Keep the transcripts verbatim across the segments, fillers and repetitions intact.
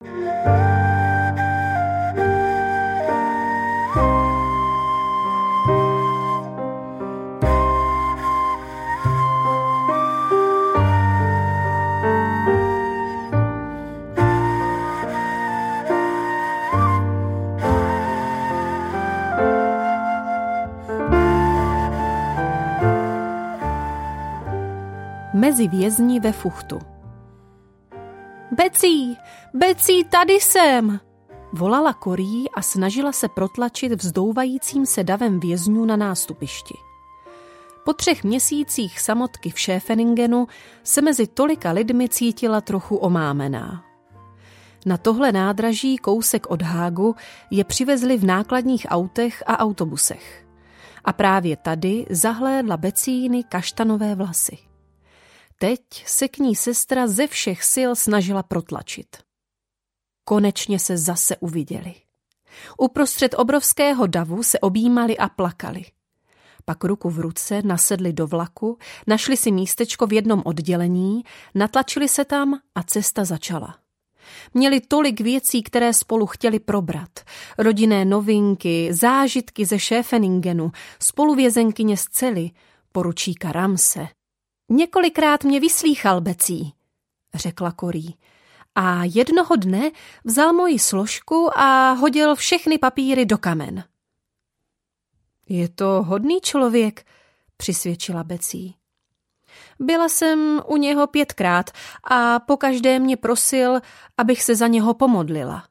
Mezi vězni ve Fuchtu. Becí, Becí, tady jsem, volala Corrie a snažila se protlačit vzdouvajícím se davem vězňů na nástupišti. Po třech měsících samotky v Schäfeningenu se mezi tolika lidmi cítila trochu omámená. Na tohle nádraží kousek od Hágu je přivezli v nákladních autech a autobusech. A právě tady zahlédla Becíny kaštanové vlasy. Teď se k ní sestra ze všech sil snažila protlačit. Konečně se zase uviděli. Uprostřed obrovského davu se objímali a plakali. Pak ruku v ruce nasedli do vlaku, našli si místečko v jednom oddělení, natlačili se tam a cesta začala. Měli tolik věcí, které spolu chtěli probrat. Rodinné novinky, zážitky ze Schäfeningenu, spoluvězenkyně z cely, poručíka Ramse. Několikrát mě vyslýchal Becí, řekla Corrie. A jednoho dne vzal moji složku a hodil všechny papíry do kamen. Je to hodný člověk, přisvědčila Becí. Byla jsem u něho pětkrát a pokaždé mě prosil, abych se za něho pomodlila.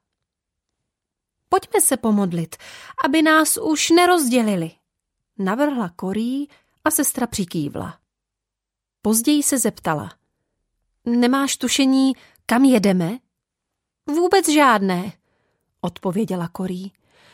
Pojďme se pomodlit, aby nás už nerozdělili, navrhla Corrie a sestra přikývla. Později se zeptala. Nemáš tušení, kam jedeme? Vůbec žádné, odpověděla Corrie.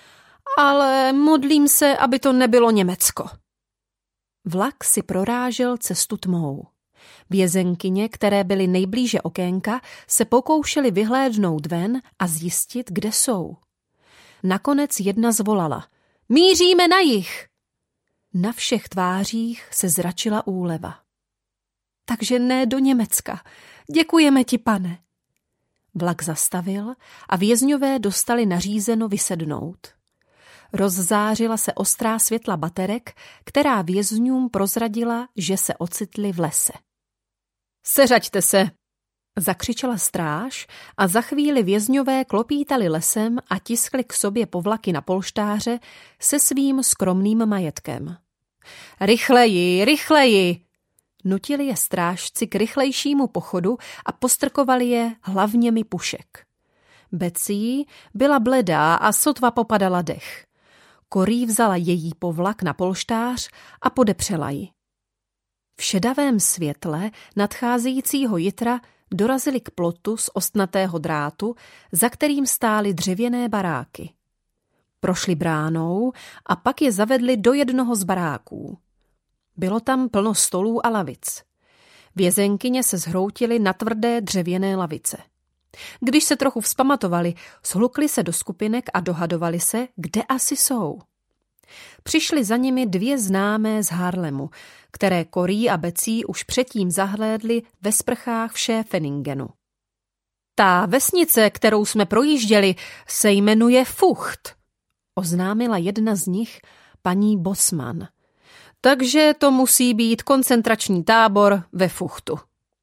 Ale modlím se, aby to nebylo Německo. Vlak si prorážel cestu tmou. Vězenkyně, které byly nejblíže okénka, se pokoušely vyhlédnout ven a zjistit, kde jsou. Nakonec jedna zvolala. Míříme na jih! Na všech tvářích se zračila úleva. Takže ne do Německa. Děkujeme ti, pane. Vlak zastavil a vězňové dostali nařízeno vysednout. Rozzářila se ostrá světla baterek, která vězňům prozradila, že se ocitli v lese. Seřaďte se, zakřičela stráž a za chvíli vězňové klopítali lesem a tiskli k sobě povlaky na polštáře se svým skromným majetkem. Rychleji, rychleji! Nutili je strážci k rychlejšímu pochodu a postrkovali je hlavněmi pušek. Becí byla bledá a sotva popadala dech. Corrie vzala její povlak na polštář a podepřela ji. V šedavém světle nadcházejícího jitra dorazili k plotu z ostnatého drátu, za kterým stály dřevěné baráky. Prošli bránou a pak je zavedli do jednoho z baráků. Bylo tam plno stolů a lavic. Vězenkyně se zhroutily na tvrdé dřevěné lavice. Když se trochu vzpamatovali, shlukli se do skupinek a dohadovali se, kde asi jsou. Přišly za nimi dvě známé z Haarlemu, které Corrie a Becí už předtím zahlédli ve sprchách v Schäfeningenu. Ta vesnice, kterou jsme projížděli, se jmenuje Fucht, oznámila jedna z nich, paní Bosman. Takže to musí být koncentrační tábor ve Fuchtu.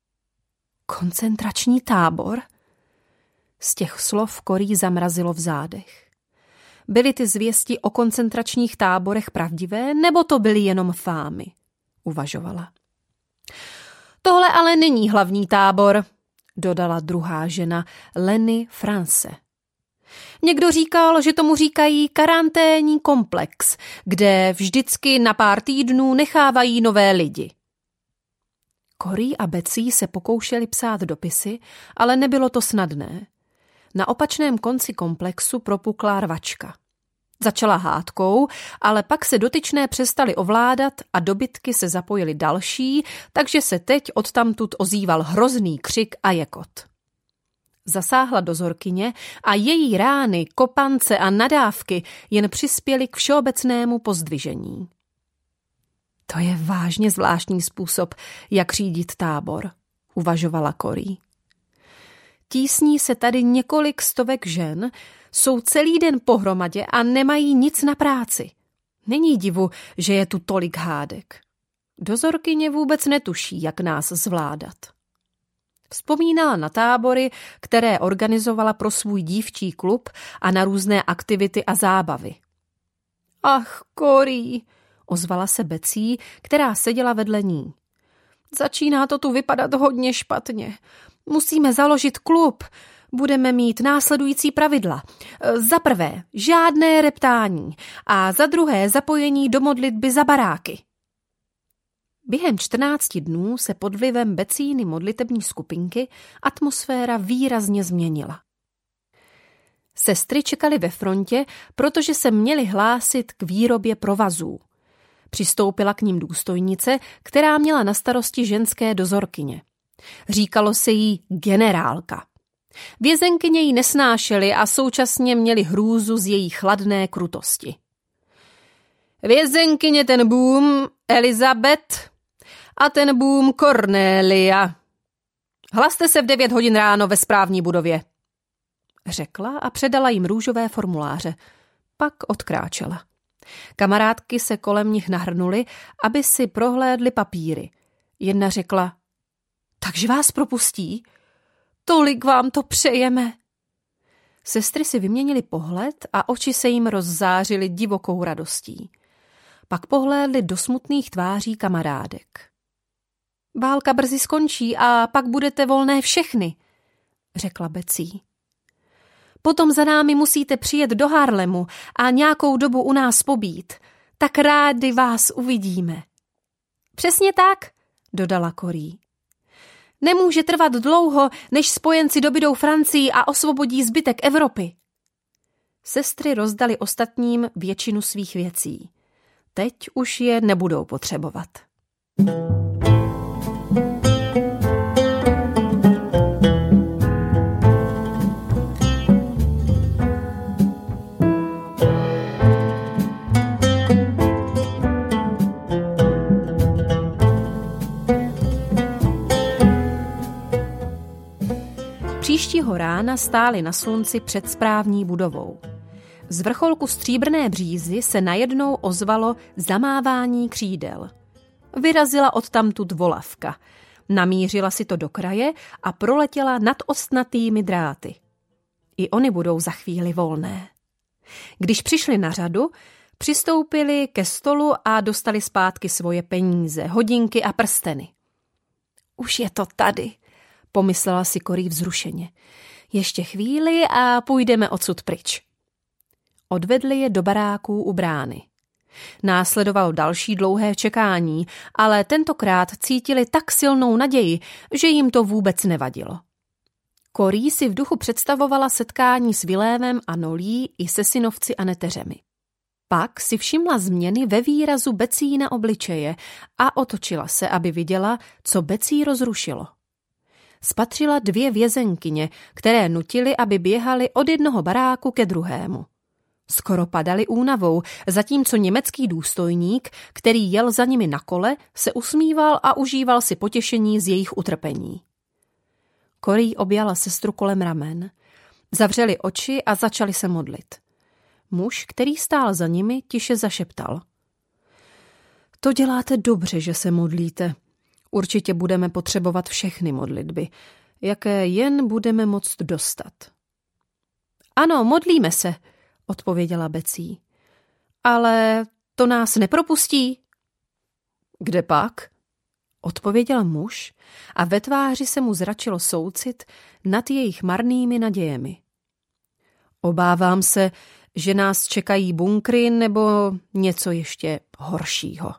Koncentrační tábor? Z těch slov Corrie zamrazilo v zádech. Byly ty zvěsti o koncentračních táborech pravdivé, nebo to byly jenom fámy? Uvažovala. Tohle ale není hlavní tábor, dodala druhá žena, Leny France. Někdo říkal, že tomu říkají karanténní komplex, kde vždycky na pár týdnů nechávají nové lidi. Corrie a Becí se pokoušeli psát dopisy, ale nebylo to snadné. Na opačném konci komplexu propukla rvačka. Začala hádkou, ale pak se dotyčné přestali ovládat a do bitky se zapojili další, takže se teď odtamtud ozýval hrozný křik a jekot. Zasáhla dozorkyně a její rány, kopance a nadávky jen přispěly k všeobecnému pozdvižení. To je vážně zvláštní způsob, jak řídit tábor, uvažovala Corrie. Tísní se tady několik stovek žen, jsou celý den pohromadě a nemají nic na práci. Není divu, že je tu tolik hádek. Dozorkyně vůbec netuší, jak nás zvládat. Vzpomínala na tábory, které organizovala pro svůj dívčí klub a na různé aktivity a zábavy. Ach, Cory, ozvala se Betsy, která seděla vedle ní. Začíná to tu vypadat hodně špatně. Musíme založit klub. Budeme mít následující pravidla. Za prvé, žádné reptání a za druhé zapojení do modlitby za baráky. Během čtrnácti dnů se pod vlivem Betsyny modlitební skupinky atmosféra výrazně změnila. Sestry čekaly ve frontě, protože se měly hlásit k výrobě provazů. Přistoupila k ním důstojnice, která měla na starosti ženské dozorkyně. Říkalo se jí generálka. Vězenkyně ji nesnášely a současně měli hrůzu z její chladné krutosti. Vězenkyně ten boom Elizabeth a ten boom Cornelia. Hlaste se v devět hodin ráno ve správní budově, řekla a předala jim růžové formuláře. Pak odkráčela. Kamarádky se kolem nich nahrnuly, aby si prohlédly papíry. Jedna řekla, takže vás propustí? Tolik vám to přejeme. Sestry si vyměnily pohled a oči se jim rozzářily divokou radostí. Pak pohlédly do smutných tváří kamarádek. Válka brzy skončí a pak budete volné všechny, řekla Betsy. Potom za námi musíte přijet do Harlemu a nějakou dobu u nás pobít. Tak rádi vás uvidíme. Přesně tak, dodala Cory. Nemůže trvat dlouho, než spojenci dobydou Francii a osvobodí zbytek Evropy. Sestry rozdali ostatním většinu svých věcí. Teď už je nebudou potřebovat. Příštího rána stáli na slunci před správní budovou. Z vrcholku stříbrné břízy se najednou ozvalo zamávání křídel. Vyrazila odtamtud volavka. Namířila si to do kraje a proletěla nad ostnatými dráty. I oni budou za chvíli volné. Když přišli na řadu, přistoupili ke stolu a dostali zpátky svoje peníze, hodinky a prsteny. Už je to tady, pomyslela si Cory vzrušeně. Ještě chvíli a půjdeme odsud pryč. Odvedli je do baráků u brány. Následovalo další dlouhé čekání, ale tentokrát cítili tak silnou naději, že jim to vůbec nevadilo. Cory si v duchu představovala setkání s Vilémem a Nolí i se synovci a neteřemi. Pak si všimla změny ve výrazu Betsy na obličeje a otočila se, aby viděla, co Betsy rozrušilo. Spatřila dvě vězenkyně, které nutily, aby běhali od jednoho baráku ke druhému. Skoro padali únavou, zatímco německý důstojník, který jel za nimi na kole, se usmíval a užíval si potěšení z jejich utrpení. Cory objala sestru kolem ramen. Zavřeli oči a začali se modlit. Muž, který stál za nimi, tiše zašeptal. To děláte dobře, že se modlíte. Určitě budeme potřebovat všechny modlitby, jaké jen budeme moct dostat. Ano, modlíme se, odpověděla Betsy. Ale to nás nepropustí. Kde pak? Odpověděl muž a ve tváři se mu zračilo soucit nad jejich marnými nadějemi. Obávám se, že nás čekají bunkry nebo něco ještě horšího.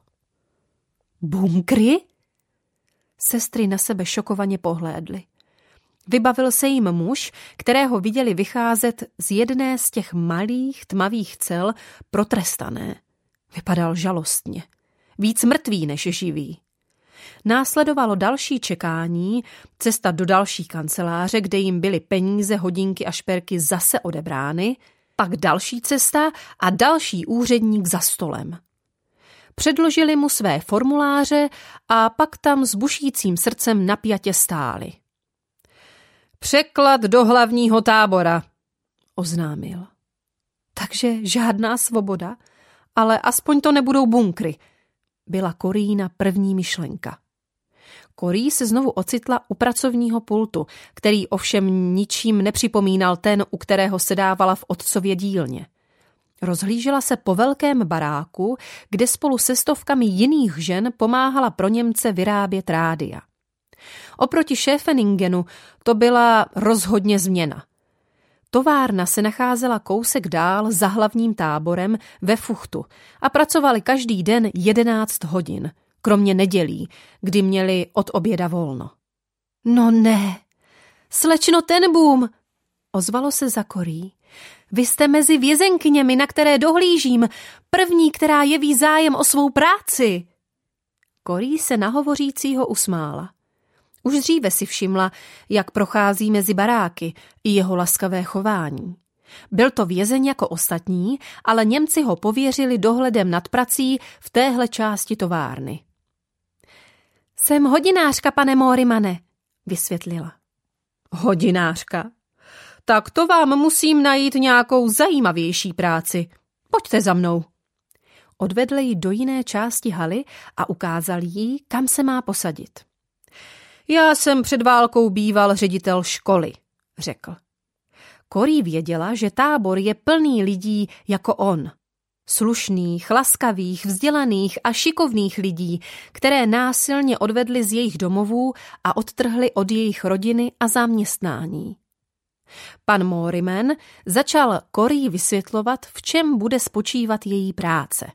Bunkry? Sestry na sebe šokovaně pohlédly. Vybavil se jim muž, kterého viděli vycházet z jedné z těch malých tmavých cel protrestané. Vypadal žalostně. Víc mrtvý než živý. Následovalo další čekání, cesta do další kanceláře, kde jim byly peníze, hodinky a šperky zase odebrány, pak další cesta a další úředník za stolem. Předložili mu své formuláře a pak tam s bušícím srdcem napjatě stáli. Překlad do hlavního tábora, oznámil. Takže žádná svoboda, ale aspoň to nebudou bunkry, byla Korína první myšlenka. Korí se znovu ocitla u pracovního pultu, který ovšem ničím nepřipomínal ten, u kterého sedávala v otcově dílně. Rozhlížela se po velkém baráku, kde spolu se stovkami jiných žen pomáhala pro Němce vyrábět rádia. Oproti Schäfeningenu to byla rozhodně změna. Továrna se nacházela kousek dál za hlavním táborem ve Fuchtu a pracovali každý den jedenáct hodin, kromě nedělí, kdy měli od oběda volno. No ne, slečno Tenboom, ozvalo se za Korí. Vy jste mezi vězenkyněmi, na které dohlížím, první, která jeví zájem o svou práci. Korí se na hovořícího usmála. Už dříve si všimla, jak prochází mezi baráky i jeho laskavé chování. Byl to vězeň jako ostatní, ale Němci ho pověřili dohledem nad prací v téhle části továrny. Jsem hodinářka, pane Morimane, vysvětlila. Hodinářka? Tak to vám musím najít nějakou zajímavější práci. Pojďte za mnou. Odvedl ji do jiné části haly a ukázal jí, kam se má posadit. Já jsem před válkou býval ředitel školy, řekl. Korí věděla, že tábor je plný lidí jako on. Slušných, laskavých, vzdělaných a šikovných lidí, které násilně odvedli z jejich domovů a odtrhli od jejich rodiny a zaměstnání. Pan Moriman začal Korí vysvětlovat, v čem bude spočívat její práce.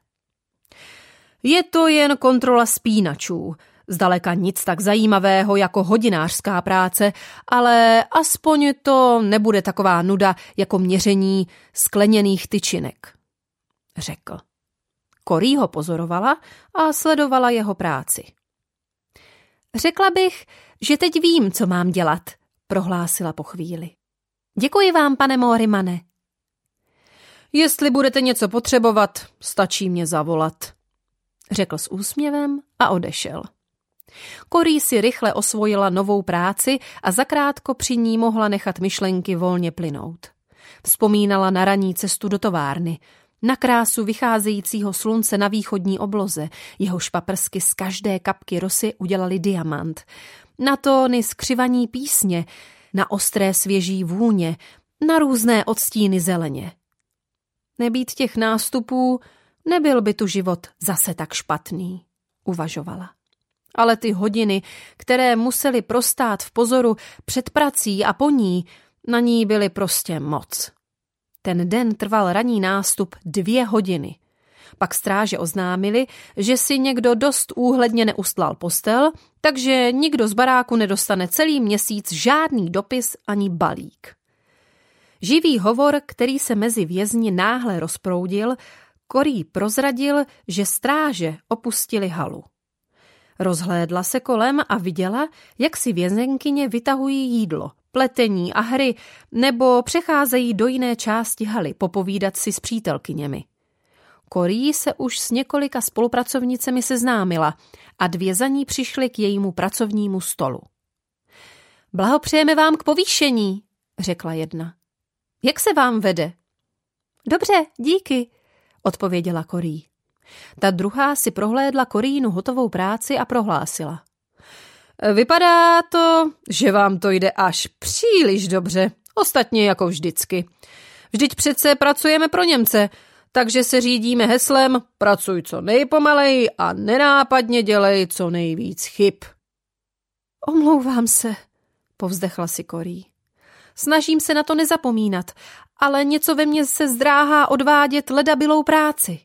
Je to jen kontrola spínačů, zdaleka nic tak zajímavého jako hodinářská práce, ale aspoň to nebude taková nuda jako měření skleněných tyčinek, řekl. Korí ho pozorovala a sledovala jeho práci. Řekla bych, že teď vím, co mám dělat, prohlásila po chvíli. Děkuji vám, pane Morimane. Jestli budete něco potřebovat, stačí mě zavolat, řekl s úsměvem a odešel. Korí si rychle osvojila novou práci a zakrátko při ní mohla nechat myšlenky volně plynout. Vzpomínala na ranní cestu do továrny, na krásu vycházejícího slunce na východní obloze, jehož paprsky z každé kapky rosy udělali diamant, na tóny skřivaní písně, na ostré svěží vůně, na různé odstíny zeleně. Nebýt těch nástupů, nebyl by tu život zase tak špatný, uvažovala. Ale ty hodiny, které museli prostát v pozoru před prací a po ní, na ní byly prostě moc. Ten den trval ranní nástup dvě hodiny. Pak stráže oznámili, že si někdo dost úhledně neustlal postel, takže nikdo z baráku nedostane celý měsíc žádný dopis ani balík. Živý hovor, který se mezi vězni náhle rozproudil, Korí prozradil, že stráže opustili halu. Rozhlédla se kolem a viděla, jak si vězenkyně vytahují jídlo, pletení a hry, nebo přecházejí do jiné části haly popovídat si s přítelkyněmi. Korí se už s několika spolupracovnicemi seznámila a dvě za ní přišly k jejímu pracovnímu stolu. Blahopřejeme vám k povýšení, řekla jedna. Jak se vám vede? Dobře, díky, odpověděla Korí. Ta druhá si prohlédla Korínu hotovou práci a prohlásila. Vypadá to, že vám to jde až příliš dobře, ostatně jako vždycky. Vždyť přece pracujeme pro Němce, takže se řídíme heslem pracuj co nejpomaleji a nenápadně dělej co nejvíc chyb. Omlouvám se, povzdechla si Korí. Snažím se na to nezapomínat, ale něco ve mně se zdráhá odvádět ledabylou práci.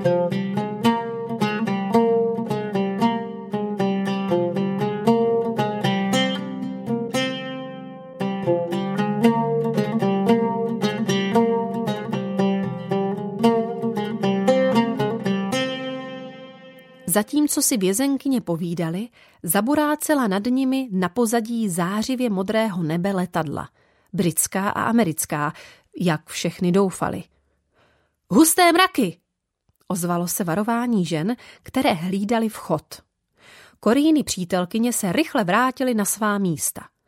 Zatímco si vězenkyně povídali, zaburácela nad nimi na pozadí zářivě modrého nebe letadla, britská a americká, jak všechny doufali. Husté mraky! Ozvalo se varování žen, které hlídali vchod. Koríny přítelkyně se rychle vrátily na svá místa.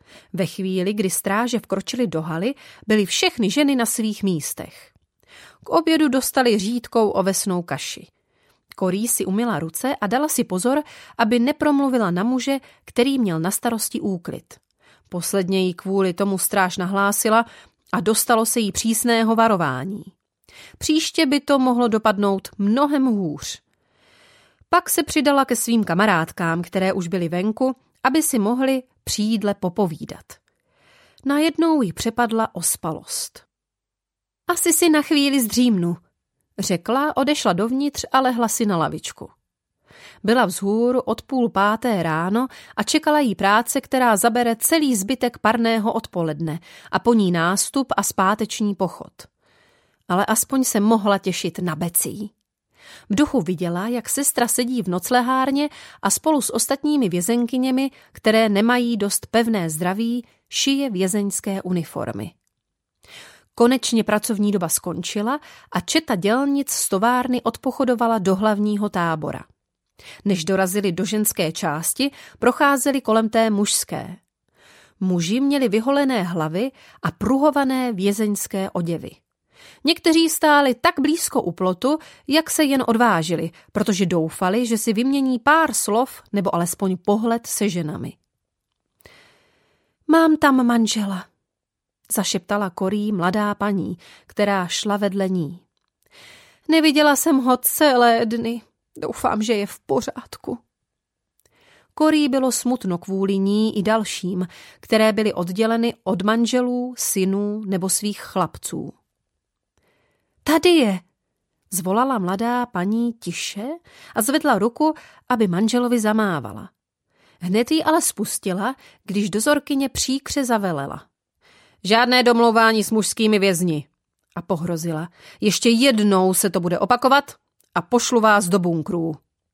Ve chvíli, kdy stráže vkročily do haly, byly všechny ženy na svých místech. K obědu dostali řídkou ovesnou kaši. Corrie si umyla ruce a dala si pozor, aby nepromluvila na muže, který měl na starosti úklid. Posledně jí kvůli tomu stráž nahlásila a dostalo se jí přísného varování. Příště by to mohlo dopadnout mnohem hůř. Pak se přidala ke svým kamarádkám, které už byly venku, aby si mohli při jídle popovídat. Najednou jí přepadla ospalost. Asi si na chvíli zdřímnu, řekla, odešla dovnitř a lehla si na lavičku. Byla vzhůru od půl páté ráno a čekala jí práce, která zabere celý zbytek parného odpoledne a po ní nástup a zpáteční pochod. Ale aspoň se mohla těšit na Betsy. V duchu viděla, jak sestra sedí v noclehárně a spolu s ostatními vězenkyněmi, které nemají dost pevné zdraví, šije vězeňské uniformy. Konečně pracovní doba skončila a četa dělnic z továrny odpochodovala do hlavního tábora. Než dorazili do ženské části, procházeli kolem té mužské. Muži měli vyholené hlavy a pruhované vězeňské oděvy. Někteří stáli tak blízko u plotu, jak se jen odvážili, protože doufali, že si vymění pár slov nebo alespoň pohled se ženami. Mám tam manžela, zašeptala Corrie mladá paní, která šla vedle ní. Neviděla jsem ho celé dny. Doufám, že je v pořádku. Corrie bylo smutno kvůli ní i dalším, které byly odděleny od manželů, synů nebo svých chlapců. Tady je, zvolala mladá paní tiše a zvedla ruku, aby manželovi zamávala. Hned ji ale spustila, když dozorkyně příkře zavelela. Žádné domlouvání s mužskými vězni. A pohrozila. Ještě jednou se to bude opakovat a pošlu vás do bunkrů.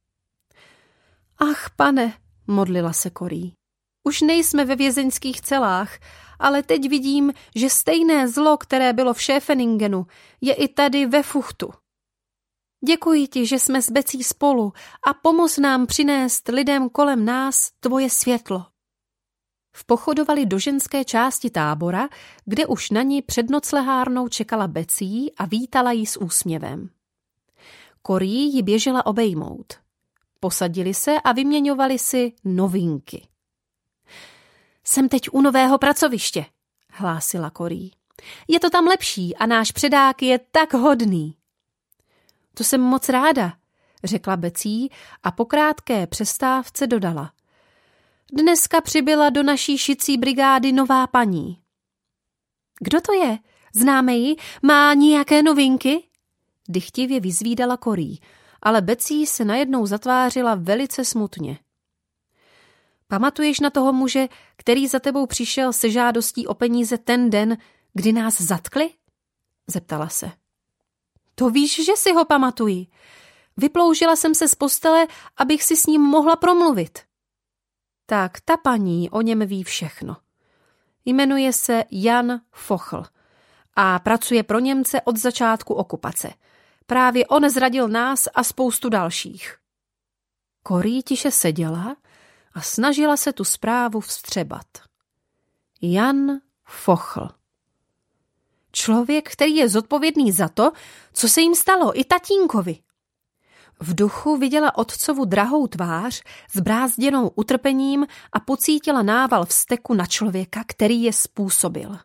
Ach, pane, modlila se Corrie. Už nejsme ve vězeňských celách, ale teď vidím, že stejné zlo, které bylo v Schäfeningenu, je i tady ve Fuchtu. Děkuji ti, že jsme s Becí spolu a pomoz nám přinést lidem kolem nás tvoje světlo. Vpochodovali do ženské části tábora, kde už na ní před noclehárnou čekala Becí a vítala ji s úsměvem. Corrie ji běžela obejmout. Posadili se a vyměňovali si novinky. Jsem teď u nového pracoviště, hlásila Corrie. Je to tam lepší a náš předák je tak hodný. To jsem moc ráda, řekla Becí a po krátké přestávce dodala. Dneska přibyla do naší šicí brigády nová paní. Kdo to je? Známe ji? Má nějaké novinky? Dychtivě vyzvídala Corrie, ale Becí se najednou zatvářila velice smutně. Pamatuješ na toho muže, který za tebou přišel se žádostí o peníze ten den, kdy nás zatkli? Zeptala se. To víš, že si ho pamatuji. Vyploužila jsem se z postele, abych si s ním mohla promluvit. Tak ta paní o něm ví všechno. Jmenuje se Jan Fochl a pracuje pro Němce od začátku okupace. Právě on zradil nás a spoustu dalších. Corrie tiše seděla a snažila se tu zprávu vstřebat. Jan Fochl. Člověk, který je zodpovědný za to, co se jim stalo, i tatínkovi. V duchu viděla otcovu drahou tvář zbrázděnou utrpením a pocítila nával vzteku na člověka, který je způsobil.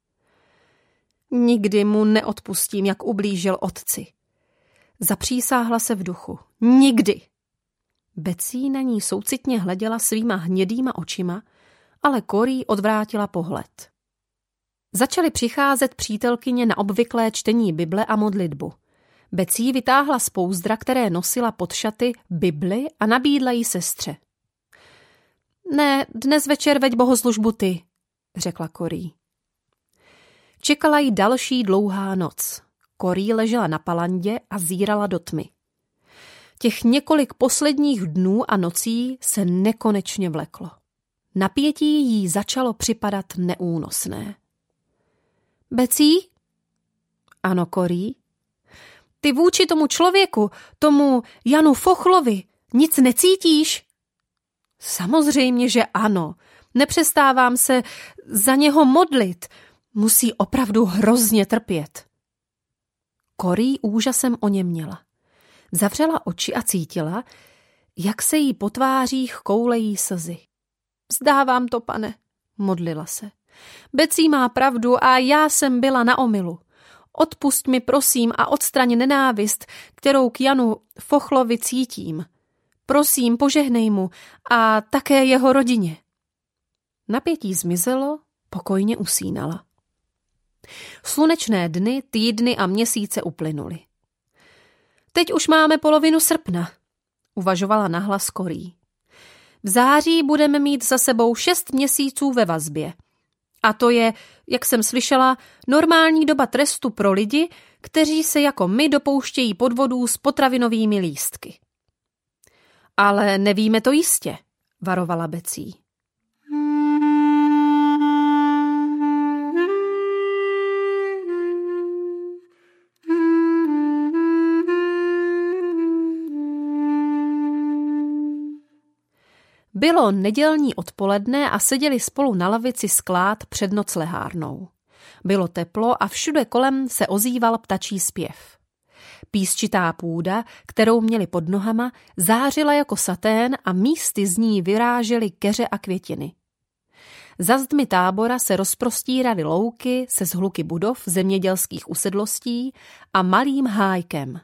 Nikdy mu neodpustím, jak ublížil otci. Zapřísáhla se v duchu. Nikdy. Becí na ní soucitně hleděla svýma hnědýma očima, ale Corrie odvrátila pohled. Začaly přicházet přítelkyně na obvyklé čtení Bible a modlitbu. Becí vytáhla z pouzdra, které nosila pod šaty, Bibli a nabídla jí sestře. Ne, dnes večer veď bohoslužbu ty, řekla Corrie. Čekala jí další dlouhá noc. Corrie ležela na palandě a zírala do tmy. Těch několik posledních dnů a nocí se nekonečně vleklo. Napětí jí začalo připadat neúnosné. Becí? Ano, Corrie. Ty vůči tomu člověku, tomu Janu Fochlovi, nic necítíš? Samozřejmě, že ano. Nepřestávám se za něho modlit. Musí opravdu hrozně trpět. Corrie úžasem oněměla. Zavřela oči a cítila, jak se jí po tvářích koulejí slzy. Vzdávám to, pane, modlila se. Betsy má pravdu a já jsem byla na omylu. Odpusť mi, prosím, a odstraň nenávist, kterou k Janu Fochlovi cítím. Prosím, požehnej mu a také jeho rodině. Napětí zmizelo, pokojně usínala. Slunečné dny, týdny a měsíce uplynuly. Teď už máme polovinu srpna, uvažovala nahlas Corrie. V září budeme mít za sebou šest měsíců ve vazbě. A to je, jak jsem slyšela, normální doba trestu pro lidi, kteří se jako my dopouštějí podvodů s potravinovými lístky. Ale nevíme to jistě, varovala Betsy. Bylo nedělní odpoledne a seděli spolu na lavici sklád před noclehárnou. Bylo teplo a všude kolem se ozýval ptačí zpěv. Písčitá půda, kterou měli pod nohama, zářila jako satén a místy z ní vyrážely keře a květiny. Za zdmi tábora se rozprostíraly louky se zhluky budov, zemědělských usedlostí a malým hájkem.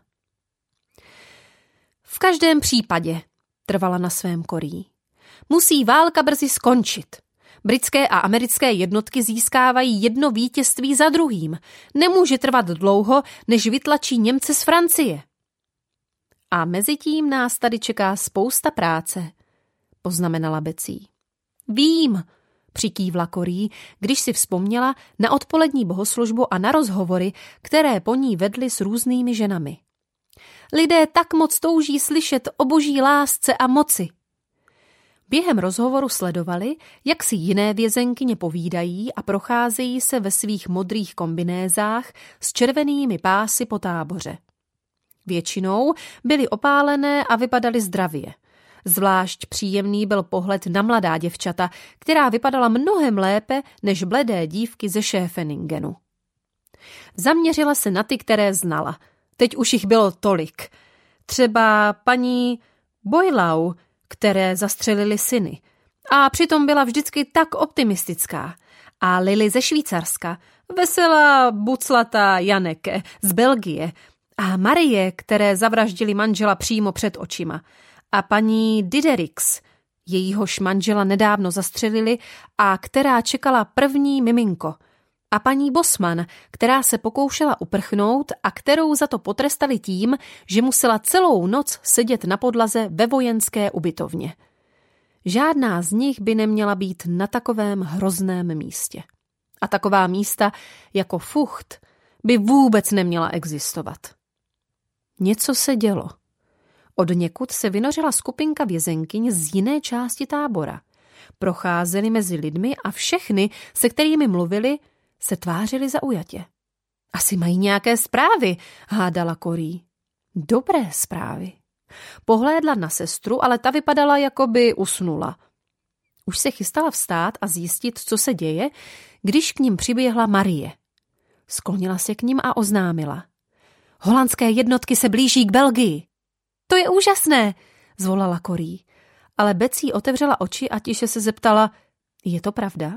V každém případě, trvala na svém Corrie, musí válka brzy skončit. Britské a americké jednotky získávají jedno vítězství za druhým. Nemůže trvat dlouho, než vytlačí Němce z Francie. A mezitím nás tady čeká spousta práce, poznamenala Betsy. Vím, přikývla Corrie, když si vzpomněla na odpolední bohoslužbu a na rozhovory, které po ní vedly s různými ženami. Lidé tak moc touží slyšet o boží lásce a moci. Během rozhovoru sledovali, jak si jiné vězenkyně povídají a procházejí se ve svých modrých kombinézách s červenými pásy po táboře. Většinou byly opálené a vypadaly zdravě. Zvlášť příjemný byl pohled na mladá děvčata, která vypadala mnohem lépe než bledé dívky ze Schäfeningenu. Zaměřila se na ty, které znala. Teď už jich bylo tolik. Třeba paní Boilau, které zastřelili syny. A přitom byla vždycky tak optimistická. A Lily ze Švýcarska, veselá, buclatá Janeke z Belgie. A Marie, které zavraždili manžela přímo před očima. A paní Diderix, jejíhož manžela nedávno zastřelili a která čekala první miminko. A paní Bosman, která se pokoušela uprchnout a kterou za to potrestali tím, že musela celou noc sedět na podlaze ve vojenské ubytovně. Žádná z nich by neměla být na takovém hrozném místě. A taková místa jako Fucht by vůbec neměla existovat. Něco se dělo. Odněkud se vynořila skupinka vězenkyň z jiné části tábora. Procházeli mezi lidmi a všechny, se kterými mluvili, se tvářili zaujatě. Asi mají nějaké zprávy, hádala Corrie. Dobré zprávy. Pohlédla na sestru, ale ta vypadala, jako by usnula. Už se chystala vstát a zjistit, co se děje, když k nim přiběhla Marie. Sklonila se k nim a oznámila. Holandské jednotky se blíží k Belgii. To je úžasné, zvolala Corrie. Ale Betsy otevřela oči a tiše se zeptala, je to pravda?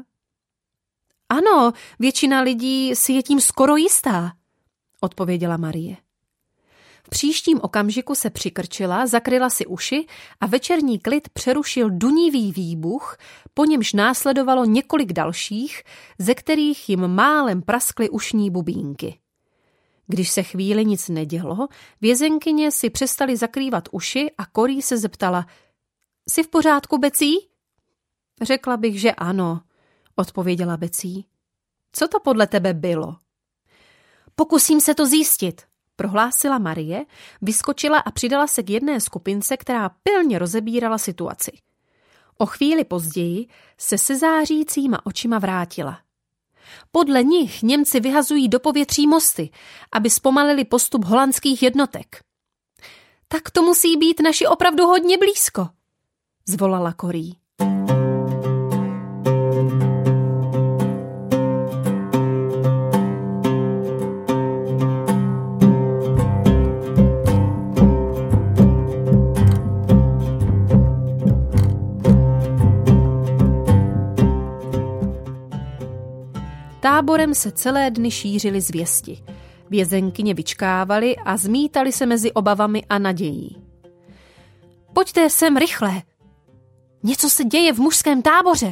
Ano, většina lidí si je tím skoro jistá, odpověděla Marie. V příštím okamžiku se přikrčila, zakryla si uši a večerní klid přerušil dunivý výbuch, po němž následovalo několik dalších, ze kterých jim málem praskly ušní bubínky. Když se chvíli nic nedělo, vězenkyně si přestali zakrývat uši a Corrie se zeptala, jsi v pořádku, Betsy? Řekla bych, že ano, odpověděla Betsy. Co to podle tebe bylo? Pokusím se to zjistit, prohlásila Marie, vyskočila a přidala se k jedné skupince, která pilně rozebírala situaci. O chvíli později se se zářícíma očima vrátila. Podle nich Němci vyhazují do povětří mosty, aby zpomalili postup holandských jednotek. Tak to musí být naši opravdu hodně blízko, zvolala Corrie. Táborem se celé dny šířily zvěsti. Vězenkyně vyčkávaly a zmítaly se mezi obavami a nadějí. Pojďte sem rychle! Něco se děje v mužském táboře!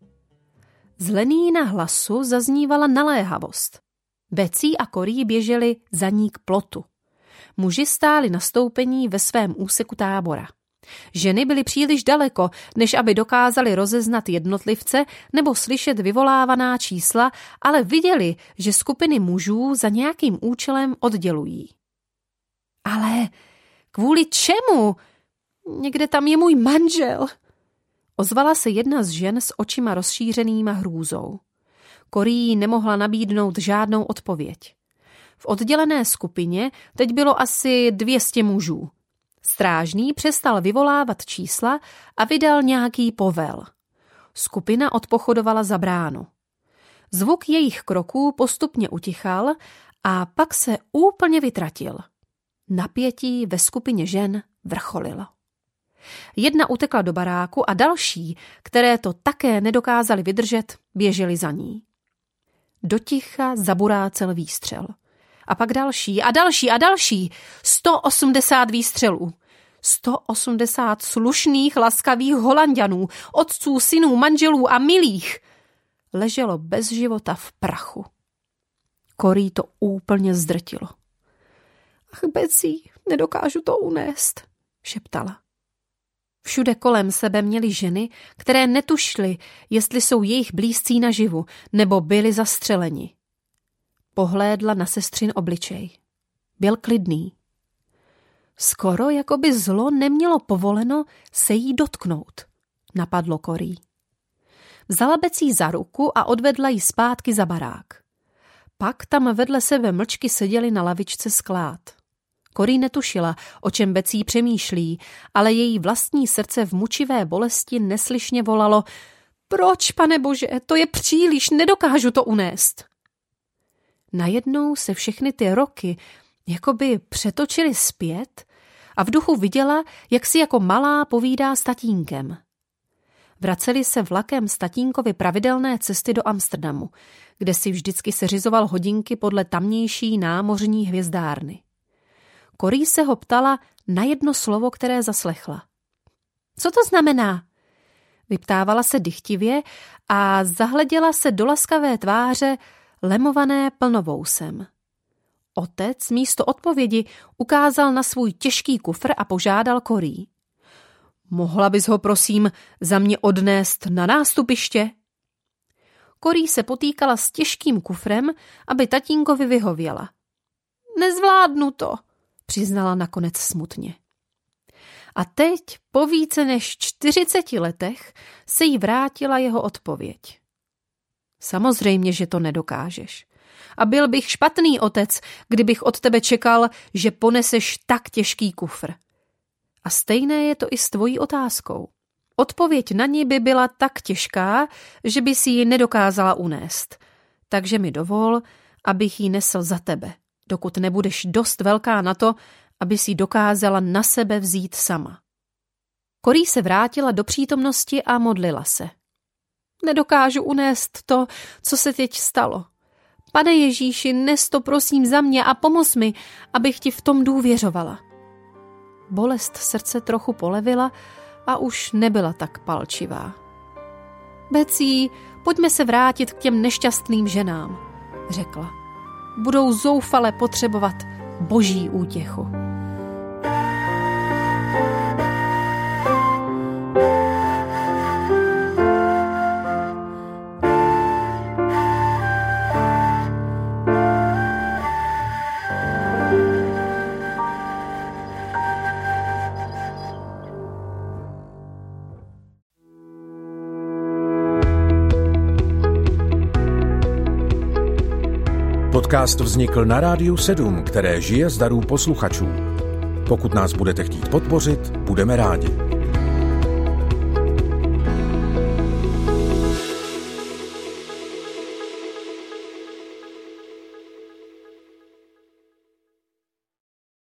Z Lenína hlasu zaznívala naléhavost. Betsy a Corrie běželi za ní k plotu. Muži stáli na stoupení ve svém úseku tábora. Ženy byly příliš daleko, než aby dokázali rozeznat jednotlivce nebo slyšet vyvolávaná čísla, ale viděli, že skupiny mužů za nějakým účelem oddělují. Ale kvůli čemu? Někde tam je můj manžel. Ozvala se jedna z žen s očima rozšířenýma hrůzou. Corrie nemohla nabídnout žádnou odpověď. V oddělené skupině teď bylo asi dvě stě mužů. Strážný přestal vyvolávat čísla a vydal nějaký povel. Skupina odpochodovala za bránu. Zvuk jejich kroků postupně utichal a pak se úplně vytratil. Napětí ve skupině žen vrcholilo. Jedna utekla do baráku a další, které to také nedokázali vydržet, běželi za ní. Do ticha zaburácel výstřel. A pak další a další a další. sto osmdesát výstřelů. sto osmdesát slušných, laskavých Holanďanů, otců, synů, manželů a milých, leželo bez života v prachu. Corrie to úplně zdrtilo. Ach, Betsy, nedokážu to unést, šeptala. Všude kolem sebe měly ženy, které netušily, jestli jsou jejich blízcí naživu, nebo byli zastřeleni. Pohlédla na sestřin obličej. Byl klidný. Skoro jako by zlo nemělo povoleno se jí dotknout, napadlo Corrie. Vzala Betsy za ruku a odvedla ji zpátky za barák. Pak tam vedle sebe mlčky seděli na lavičce sklád. Corrie netušila, o čem Betsy přemýšlí, ale její vlastní srdce v mučivé bolesti neslyšně volalo: Proč, pane bože, to je příliš, nedokážu to unést. Najednou se všechny ty roky jakoby přetočily zpět a v duchu viděla, jak si jako malá povídá s tatínkem. Vraceli se vlakem z tatínkovy pravidelné cesty do Amsterdamu, kde si vždycky seřizoval hodinky podle tamnější námořní hvězdárny. Corrie se ho ptala na jedno slovo, které zaslechla. Co to znamená? Vyptávala se dychtivě a zahleděla se do laskavé tváře, lemované plnovousem. Otec místo odpovědi ukázal na svůj těžký kufr a požádal Corrie. Mohla bys ho, prosím, za mě odnést na nástupiště? Corrie se potýkala s těžkým kufrem, aby tatínkovi vyhověla. Nezvládnu to, přiznala nakonec smutně. A teď, po více než čtyřiceti letech, se jí vrátila jeho odpověď. Samozřejmě, že to nedokážeš. A byl bych špatný otec, kdybych od tebe čekal, že poneseš tak těžký kufr. A stejné je to i s tvojí otázkou. Odpověď na ní by byla tak těžká, že by si ji nedokázala unést. Takže mi dovol, abych ji nesl za tebe, dokud nebudeš dost velká na to, aby si dokázala na sebe vzít sama. Corrie se vrátila do přítomnosti a modlila se. Nedokážu unést to, co se teď stalo. Pane Ježíši, nes to prosím za mě a pomoz mi, abych ti v tom důvěřovala. Bolest srdce trochu polevila a už nebyla tak palčivá. Betsy, pojďme se vrátit k těm nešťastným ženám, řekla. Budou zoufale potřebovat boží útěchu. Podcast vznikl na Rádiu sedm, které žije z darů posluchačů. Pokud nás budete chtít podpořit, budeme rádi.